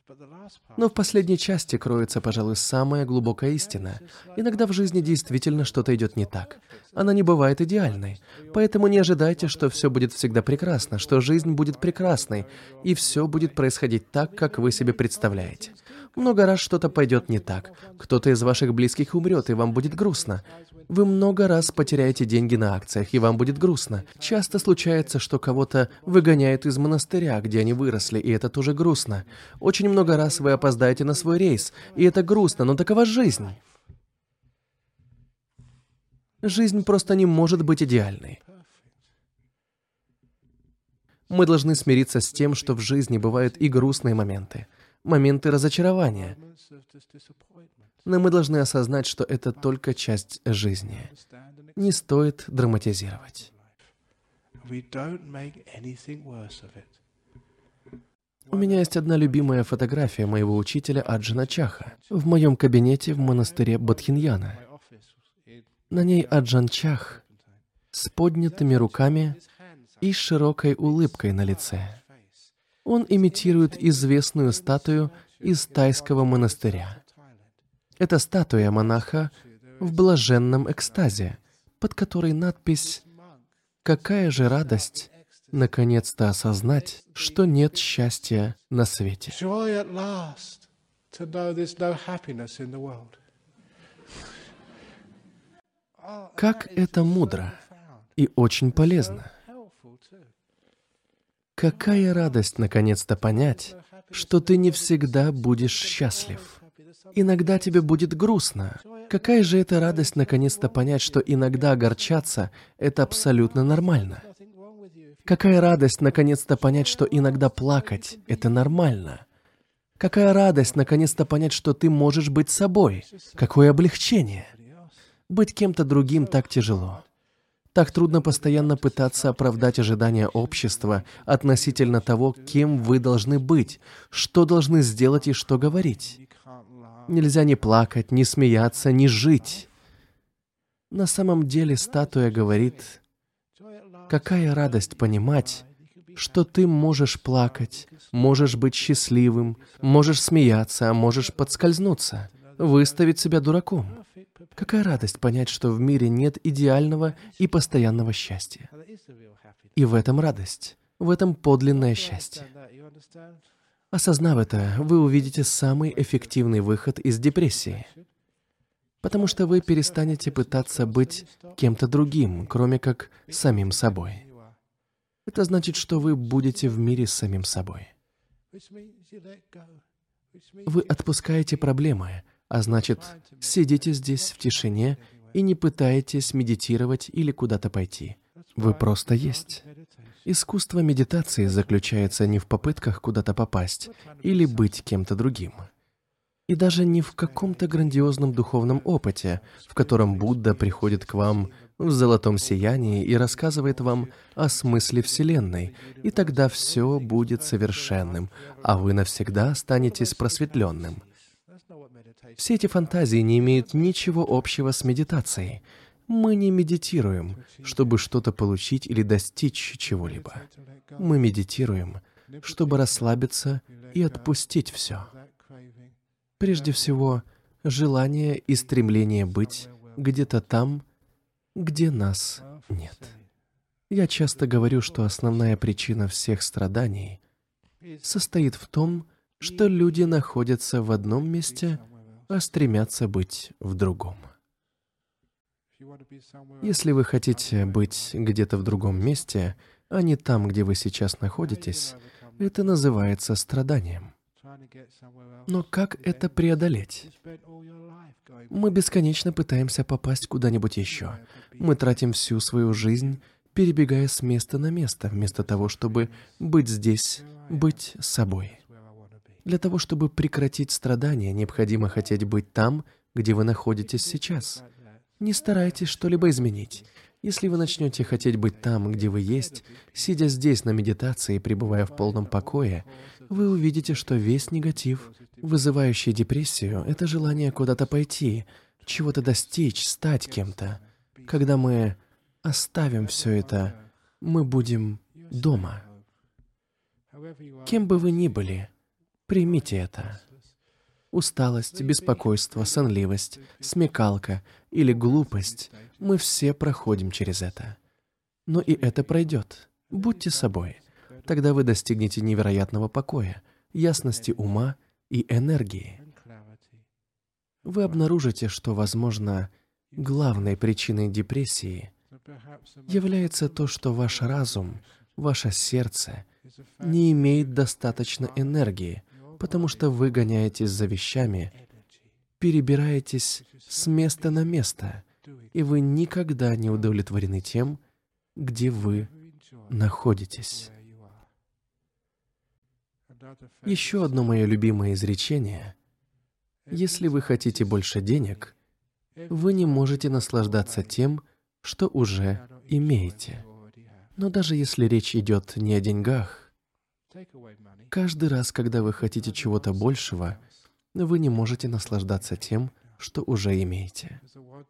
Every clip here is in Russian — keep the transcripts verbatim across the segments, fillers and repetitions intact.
Но в последней части кроется, пожалуй, самая глубокая истина. Иногда в жизни действительно что-то идет не так. Она не бывает идеальной. Поэтому не ожидайте, что все будет всегда прекрасно, что жизнь будет прекрасной, и все будет происходить так, как вы себе представляете. Много раз что-то пойдет не так. Кто-то из ваших близких умрет, и вам будет грустно. Вы много раз потеряете деньги на акциях, и вам будет грустно. Часто случается, что кого-то выгоняют из монастыря, где они выросли, и это тоже грустно. Очень много раз вы опоздаете на свой рейс, и это грустно, но такова жизнь. Жизнь просто не может быть идеальной. Мы должны смириться с тем, что в жизни бывают и грустные моменты, моменты разочарования. Но мы должны осознать, что это только часть жизни. Не стоит драматизировать. У меня есть одна любимая фотография моего учителя Аджана Чаха в моем кабинете в монастыре Бодхиньяна. На ней Аджан Чах с поднятыми руками и широкой улыбкой на лице. Он имитирует известную статую из тайского монастыря. Это статуя монаха в блаженном экстазе, под которой надпись «Какая же радость наконец-то осознать, что нет счастья на свете». Как это мудро и очень полезно. Какая радость наконец-то понять, что ты не всегда будешь счастлив. Иногда тебе будет грустно. Какая же это радость наконец-то понять, что иногда огорчаться — это абсолютно нормально. Какая радость наконец-то понять, что иногда плакать — это нормально. Какая радость наконец-то понять, что ты можешь быть собой. Какое облегчение. Быть кем-то другим так тяжело. Так трудно постоянно пытаться оправдать ожидания общества относительно того, кем вы должны быть, что должны сделать и что говорить. Нельзя ни плакать, ни смеяться, ни жить. На самом деле статуя говорит, какая радость понимать, что ты можешь плакать, можешь быть счастливым, можешь смеяться, а можешь подскользнуться, выставить себя дураком. Какая радость понять, что в мире нет идеального и постоянного счастья. И в этом радость, в этом подлинное счастье. Осознав это, вы увидите самый эффективный выход из депрессии. Потому что вы перестанете пытаться быть кем-то другим, кроме как самим собой. Это значит, что вы будете в мире с самим собой. Вы отпускаете проблемы, а значит, сидите здесь в тишине и не пытаетесь медитировать или куда-то пойти. Вы просто есть. Искусство медитации заключается не в попытках куда-то попасть или быть кем-то другим. И даже не в каком-то грандиозном духовном опыте, в котором Будда приходит к вам в золотом сиянии и рассказывает вам о смысле Вселенной, и тогда все будет совершенным, а вы навсегда останетесь просветленным. Все эти фантазии не имеют ничего общего с медитацией. Мы не медитируем, чтобы что-то получить или достичь чего-либо. Мы медитируем, чтобы расслабиться и отпустить все. Прежде всего, желание и стремление быть где-то там, где нас нет. Я часто говорю, что основная причина всех страданий состоит в том, что люди находятся в одном месте, а стремятся быть в другом. Если вы хотите быть где-то в другом месте, а не там, где вы сейчас находитесь, это называется страданием. Но как это преодолеть? Мы бесконечно пытаемся попасть куда-нибудь еще. Мы тратим всю свою жизнь, перебегая с места на место, вместо того, чтобы быть здесь, быть собой. Для того, чтобы прекратить страдания, необходимо хотеть быть там, где вы находитесь сейчас. Не старайтесь что-либо изменить. Если вы начнете хотеть быть там, где вы есть, сидя здесь на медитации и пребывая в полном покое, вы увидите, что весь негатив, вызывающий депрессию, это желание куда-то пойти, чего-то достичь, стать кем-то. Когда мы оставим все это, мы будем дома. Кем бы вы ни были, Примите это. Усталость, беспокойство, сонливость, смекалка или глупость — мы все проходим через это. Но и это пройдет. Будьте собой. Тогда вы достигнете невероятного покоя, ясности ума и энергии. Вы обнаружите, что, возможно, главной причиной депрессии является то, что ваш разум, ваше сердце не имеет достаточно энергии, потому что вы гоняетесь за вещами, перебираетесь с места на место, и вы никогда не удовлетворены тем, где вы находитесь. Еще одно мое любимое изречение: если вы хотите больше денег, вы не можете наслаждаться тем, что уже имеете. Но даже если речь идет не о деньгах, каждый раз, когда вы хотите чего-то большего, вы не можете наслаждаться тем, что уже имеете.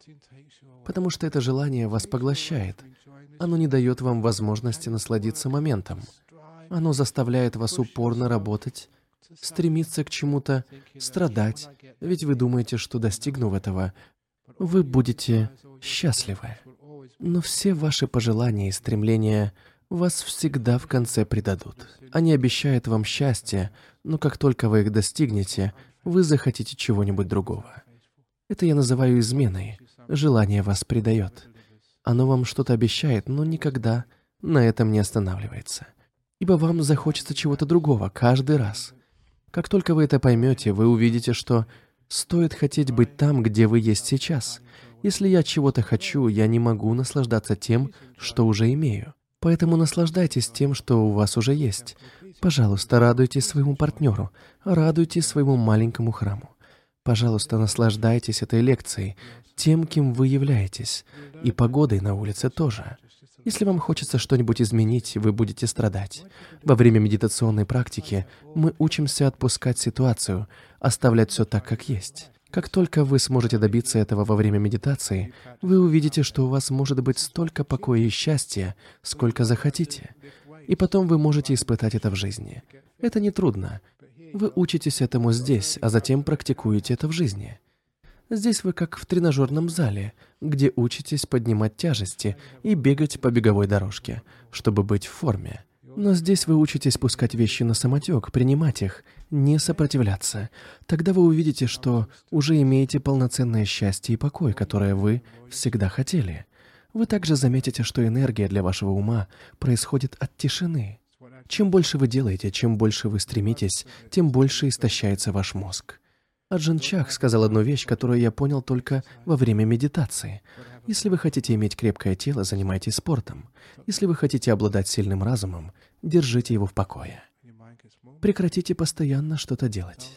Потому что это желание вас поглощает. Оно не дает вам возможности насладиться моментом. Оно заставляет вас упорно работать, стремиться к чему-то, страдать, ведь вы думаете, что, достигнув этого, вы будете счастливы. Но все ваши пожелания и стремления вас всегда в конце предадут. Они обещают вам счастье, но как только вы их достигнете, вы захотите чего-нибудь другого. Это я называю изменой. Желание вас предает. Оно вам что-то обещает, но никогда на этом не останавливается. Ибо вам захочется чего-то другого каждый раз. Как только вы это поймете, вы увидите, что стоит хотеть быть там, где вы есть сейчас. Если я чего-то хочу, я не могу наслаждаться тем, что уже имею. Поэтому наслаждайтесь тем, что у вас уже есть. Пожалуйста, радуйтесь своему партнеру, радуйтесь своему маленькому храму. Пожалуйста, наслаждайтесь этой лекцией, тем, кем вы являетесь, и погодой на улице тоже. Если вам хочется что-нибудь изменить, вы будете страдать. Во время медитационной практики мы учимся отпускать ситуацию, оставлять все так, как есть. Как только вы сможете добиться этого во время медитации, вы увидите, что у вас может быть столько покоя и счастья, сколько захотите. И потом вы можете испытать это в жизни. Это не трудно. Вы учитесь этому здесь, а затем практикуете это в жизни. Здесь вы как в тренажерном зале, где учитесь поднимать тяжести и бегать по беговой дорожке, чтобы быть в форме. Но здесь вы учитесь пускать вещи на самотек, принимать их, не сопротивляться. Тогда вы увидите, что уже имеете полноценное счастье и покой, которое вы всегда хотели. Вы также заметите, что энергия для вашего ума происходит от тишины. Чем больше вы делаете, чем больше вы стремитесь, тем больше истощается ваш мозг. Аджан Чах сказал одну вещь, которую я понял только во время медитации. Если вы хотите иметь крепкое тело, занимайтесь спортом. Если вы хотите обладать сильным разумом, держите его в покое. Прекратите постоянно что-то делать.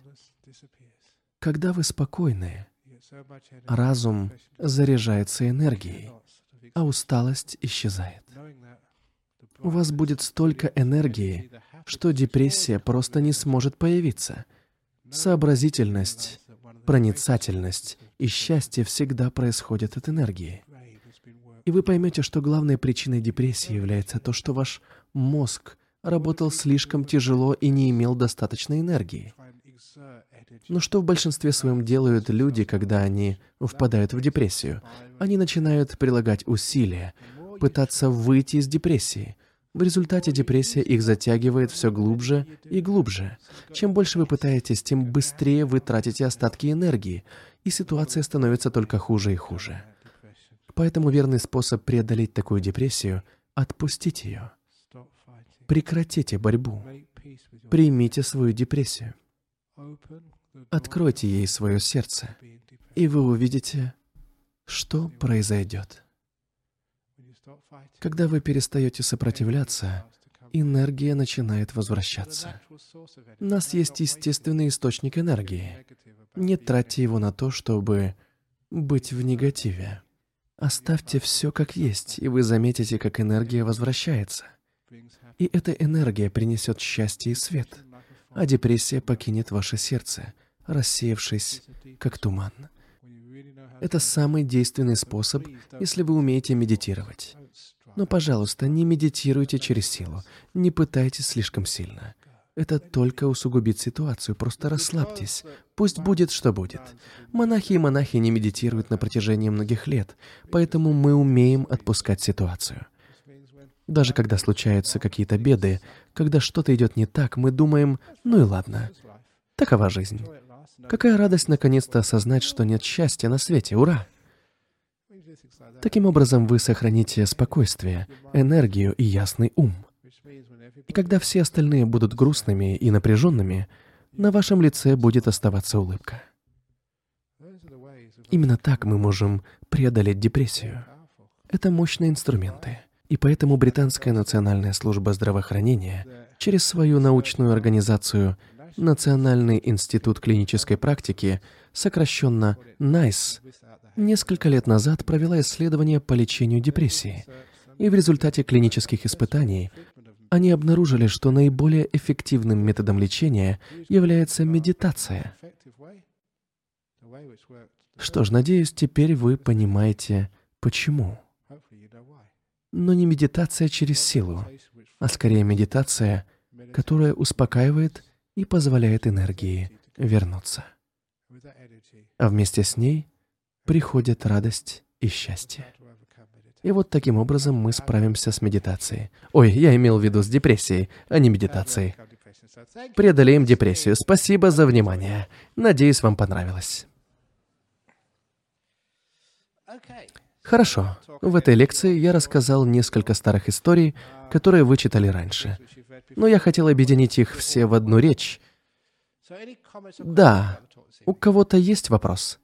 Когда вы спокойны, разум заряжается энергией, а усталость исчезает. У вас будет столько энергии, что депрессия просто не сможет появиться. Сообразительность, проницательность и счастье всегда происходят от энергии. И вы поймете, что главной причиной депрессии является то, что ваш мозг работал слишком тяжело и не имел достаточной энергии. Но что в большинстве своем делают люди, когда они впадают в депрессию? Они начинают прилагать усилия, пытаться выйти из депрессии. В результате депрессия их затягивает все глубже и глубже. Чем больше вы пытаетесь, тем быстрее вы тратите остатки энергии, и ситуация становится только хуже и хуже. Поэтому верный способ преодолеть такую депрессию — отпустить ее. Прекратите борьбу. Примите свою депрессию. Откройте ей свое сердце, и вы увидите, что произойдет. Когда вы перестаете сопротивляться, энергия начинает возвращаться. У нас есть естественный источник энергии. Не тратьте его на то, чтобы быть в негативе. Оставьте все как есть, и вы заметите, как энергия возвращается. И эта энергия принесет счастье и свет, а депрессия покинет ваше сердце, рассеявшись, как туман. Это самый действенный способ, если вы умеете медитировать. Но, пожалуйста, не медитируйте через силу, не пытайтесь слишком сильно. Это только усугубит ситуацию, просто расслабьтесь. Пусть будет, что будет. Монахи и монахи не медитируют на протяжении многих лет, поэтому мы умеем отпускать ситуацию. Даже когда случаются какие-то беды, когда что-то идет не так, мы думаем, ну и ладно, такова жизнь. Какая радость наконец-то осознать, что нет счастья на свете, ура! Таким образом, вы сохраните спокойствие, энергию и ясный ум. И когда все остальные будут грустными и напряженными, на вашем лице будет оставаться улыбка. Именно так мы можем преодолеть депрессию. Это мощные инструменты. И поэтому Британская национальная служба здравоохранения через свою научную организацию Национальный институт клинической практики, сокращенно найс, несколько лет назад провела исследование по лечению депрессии. И в результате клинических испытаний они обнаружили, что наиболее эффективным методом лечения является медитация. Что ж, надеюсь, теперь вы понимаете, почему. Но не медитация через силу, а скорее медитация, которая успокаивает и позволяет энергии вернуться. А вместе с ней приходят радость и счастье. И вот таким образом мы справимся с медитацией. Ой, я имел в виду с депрессией, а не медитацией. Преодолеем депрессию. Спасибо за внимание. Надеюсь, вам понравилось. Хорошо. В этой лекции я рассказал несколько старых историй, которые вы читали раньше. Но я хотел объединить их все в одну речь. Да. У кого-то есть вопрос?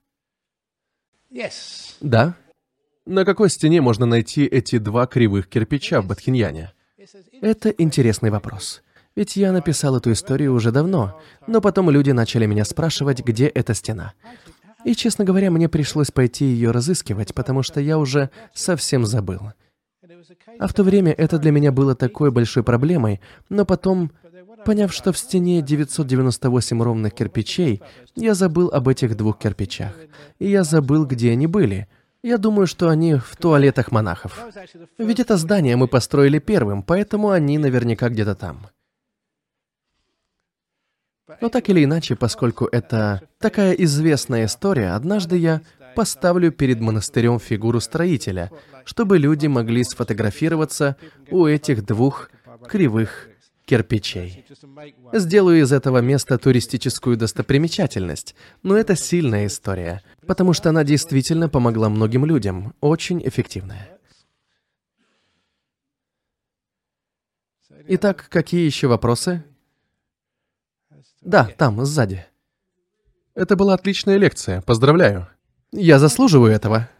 Да? На какой стене можно найти эти два кривых кирпича в Бадхиньяне? Это интересный вопрос. Ведь я написал эту историю уже давно, но потом люди начали меня спрашивать, где эта стена. И, честно говоря, мне пришлось пойти ее разыскивать, потому что я уже совсем забыл. А в то время это для меня было такой большой проблемой, но потом, поняв, что в стене девятьсот девяносто восемь ровных кирпичей, я забыл об этих двух кирпичах. И я забыл, где они были. Я думаю, что они в туалетах монахов. Ведь это здание мы построили первым, поэтому они наверняка где-то там. Но так или иначе, поскольку это такая известная история, однажды я поставлю перед монастырем фигуру строителя, чтобы люди могли сфотографироваться у этих двух кривых кирпичей. Сделаю из этого места туристическую достопримечательность, но это сильная история, потому что она действительно помогла многим людям, очень эффективная. Итак, какие еще вопросы? Да, там, сзади. Это была отличная лекция, поздравляю. Я заслуживаю этого.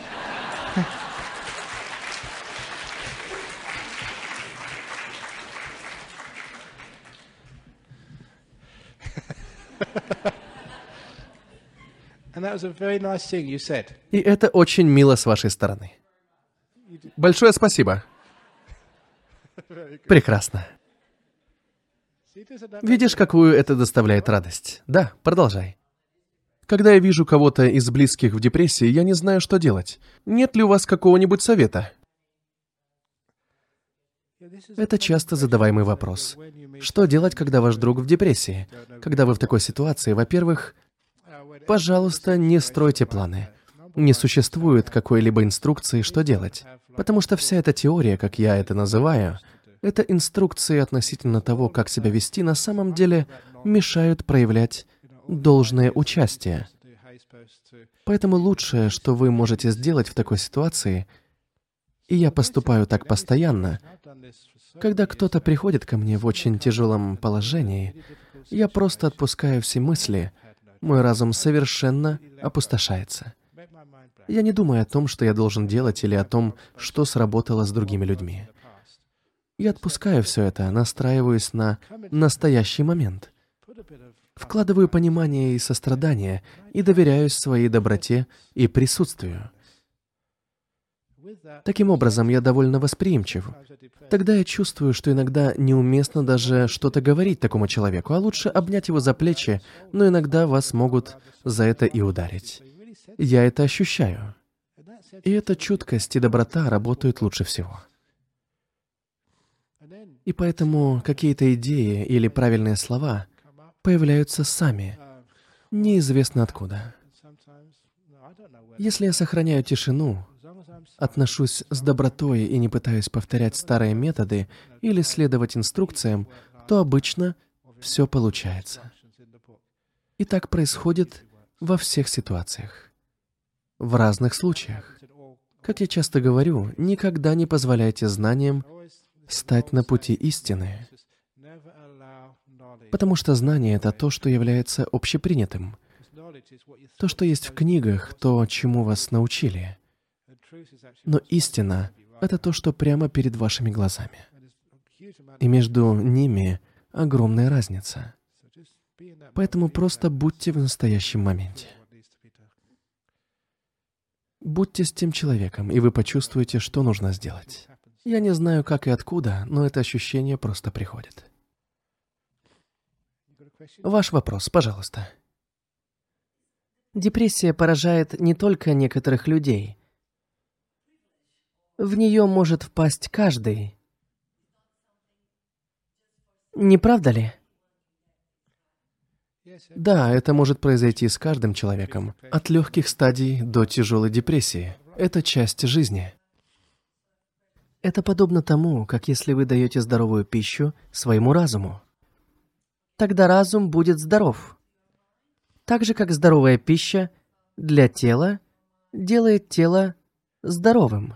И это очень мило с вашей стороны. Большое спасибо. Прекрасно. Видишь, какую это доставляет радость? Да, продолжай. Когда я вижу кого-то из близких в депрессии, я не знаю, что делать. Нет ли у вас какого-нибудь совета? Это часто задаваемый вопрос. Что делать, когда ваш друг в депрессии? Когда вы в такой ситуации, во-первых, пожалуйста, не стройте планы. Не существует какой-либо инструкции, что делать. Потому что вся эта теория, как я это называю, это инструкции относительно того, как себя вести, на самом деле мешают проявлять должное участие. Поэтому лучшее, что вы можете сделать в такой ситуации, и я поступаю так постоянно, когда кто-то приходит ко мне в очень тяжелом положении, я просто отпускаю все мысли, мой разум совершенно опустошается. Я не думаю о том, что я должен делать, или о том, что сработало с другими людьми. Я отпускаю все это, настраиваюсь на настоящий момент. Вкладываю понимание и сострадание и доверяюсь своей доброте и присутствию. Таким образом, я довольно восприимчив. Тогда я чувствую, что иногда неуместно даже что-то говорить такому человеку, а лучше обнять его за плечи, но иногда вас могут за это и ударить. Я это ощущаю. И эта чуткость и доброта работают лучше всего. И поэтому какие-то идеи или правильные слова появляются сами, неизвестно откуда. Если я сохраняю тишину, отношусь с добротой и не пытаюсь повторять старые методы или следовать инструкциям, то обычно все получается. И так происходит во всех ситуациях, в разных случаях. Как я часто говорю, никогда не позволяйте знаниям стать на пути истины, потому что знание — это то, что является общепринятым. То, что есть в книгах, то, чему вас научили. Но истина — это то, что прямо перед вашими глазами. И между ними огромная разница. Поэтому просто будьте в настоящем моменте. Будьте с тем человеком, и вы почувствуете, что нужно сделать. Я не знаю, как и откуда, но это ощущение просто приходит. Ваш вопрос, пожалуйста. Депрессия поражает не только некоторых людей. В нее может впасть каждый. Не правда ли? Да, это может произойти с каждым человеком, от легких стадий до тяжелой депрессии. Это часть жизни. Это подобно тому, как если вы даете здоровую пищу своему разуму. Тогда разум будет здоров. Так же, как здоровая пища для тела делает тело здоровым.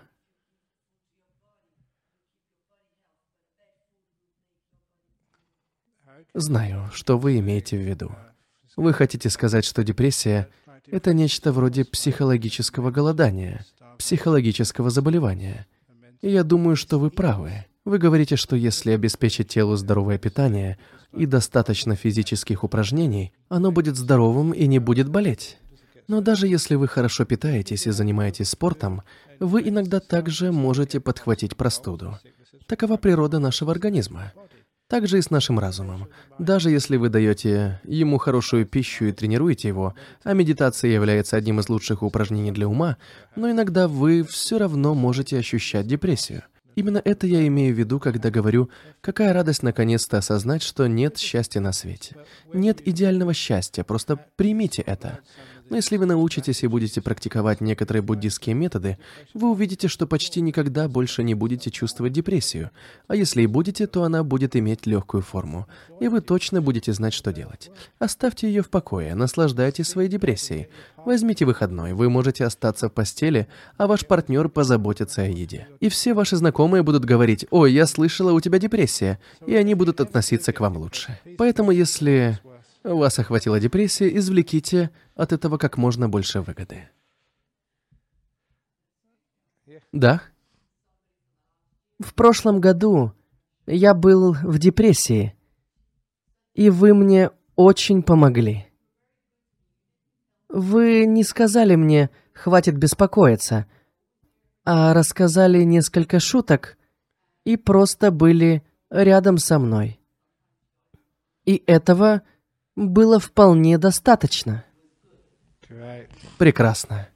Знаю, что вы имеете в виду. Вы хотите сказать, что депрессия — это нечто вроде психологического голодания, психологического заболевания. И я думаю, что вы правы. Вы говорите, что если обеспечить телу здоровое питание и достаточно физических упражнений, оно будет здоровым и не будет болеть. Но даже если вы хорошо питаетесь и занимаетесь спортом, вы иногда также можете подхватить простуду. Такова природа нашего организма. Так же и с нашим разумом. Даже если вы даете ему хорошую пищу и тренируете его, а медитация является одним из лучших упражнений для ума, но иногда вы все равно можете ощущать депрессию. Именно это я имею в виду, когда говорю, какая радость наконец-то осознать, что нет счастья на свете. Нет идеального счастья, просто примите это. Но если вы научитесь и будете практиковать некоторые буддистские методы, вы увидите, что почти никогда больше не будете чувствовать депрессию. А если и будете, то она будет иметь легкую форму. И вы точно будете знать, что делать. Оставьте ее в покое, наслаждайтесь своей депрессией. Возьмите выходной, вы можете остаться в постели, а ваш партнер позаботится о еде. И все ваши знакомые будут говорить: «Ой, я слышала, у тебя депрессия», и они будут относиться к вам лучше. Поэтому, если вас охватила депрессия, извлеките от этого как можно больше выгоды. Да? В прошлом году я был в депрессии, и вы мне очень помогли. Вы не сказали мне «хватит беспокоиться», а рассказали несколько шуток и просто были рядом со мной. И этого было вполне достаточно. Прекрасно.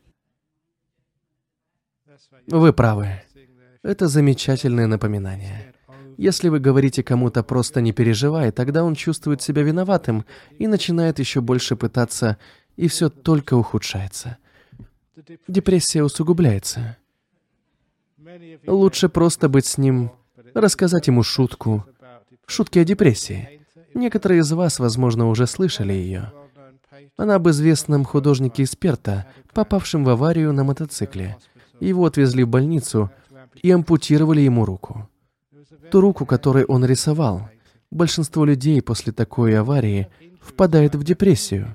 Вы правы. Это замечательное напоминание. Если вы говорите кому-то «просто не переживай», тогда он чувствует себя виноватым и начинает еще больше пытаться, и все только ухудшается. Депрессия усугубляется. Лучше просто быть с ним, рассказать ему шутку. Шутки о депрессии. Некоторые из вас, возможно, уже слышали ее. Она об известном художнике из Перта, попавшем в аварию на мотоцикле. Его отвезли в больницу и ампутировали ему руку. Ту руку, которой он рисовал. Большинство людей после такой аварии впадает в депрессию.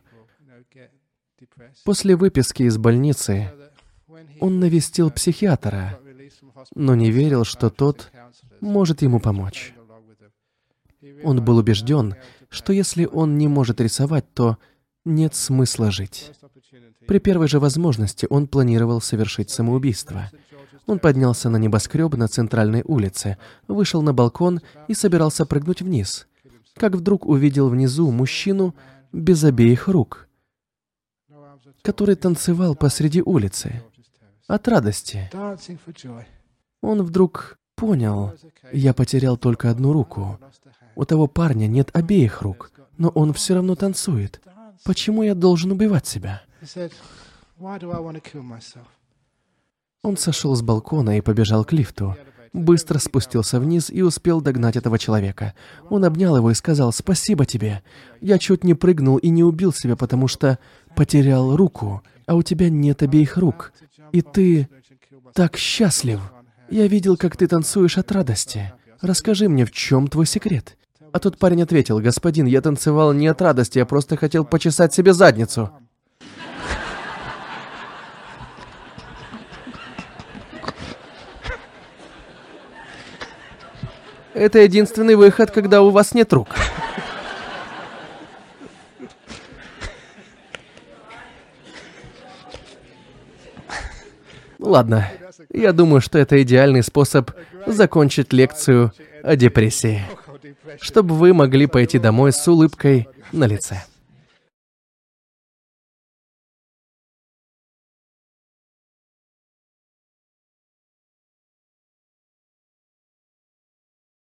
После выписки из больницы он навестил психиатра, но не верил, что тот может ему помочь. Он был убежден, что если он не может рисовать, то нет смысла жить. При первой же возможности он планировал совершить самоубийство. Он поднялся на небоскреб на центральной улице, вышел на балкон и собирался прыгнуть вниз, как вдруг увидел внизу мужчину без обеих рук, который танцевал посреди улицы от радости. Он вдруг Понял. Я потерял только одну руку. У того парня нет обеих рук, но он все равно танцует. Почему я должен убивать себя? Он сошел с балкона и побежал к лифту. Быстро спустился вниз и успел догнать этого человека. Он обнял его и сказал: «Спасибо тебе. Я чуть не прыгнул и не убил себя, потому что потерял руку, а у тебя нет обеих рук. И ты так счастлив. Я видел, как ты танцуешь от радости. Расскажи мне, в чем твой секрет?» А тот парень ответил: «Господин, я танцевал не от радости, я просто хотел почесать себе задницу». Это единственный выход, когда у вас нет рук. Ладно, я думаю, что это идеальный способ закончить лекцию о депрессии, чтобы вы могли пойти домой с улыбкой на лице.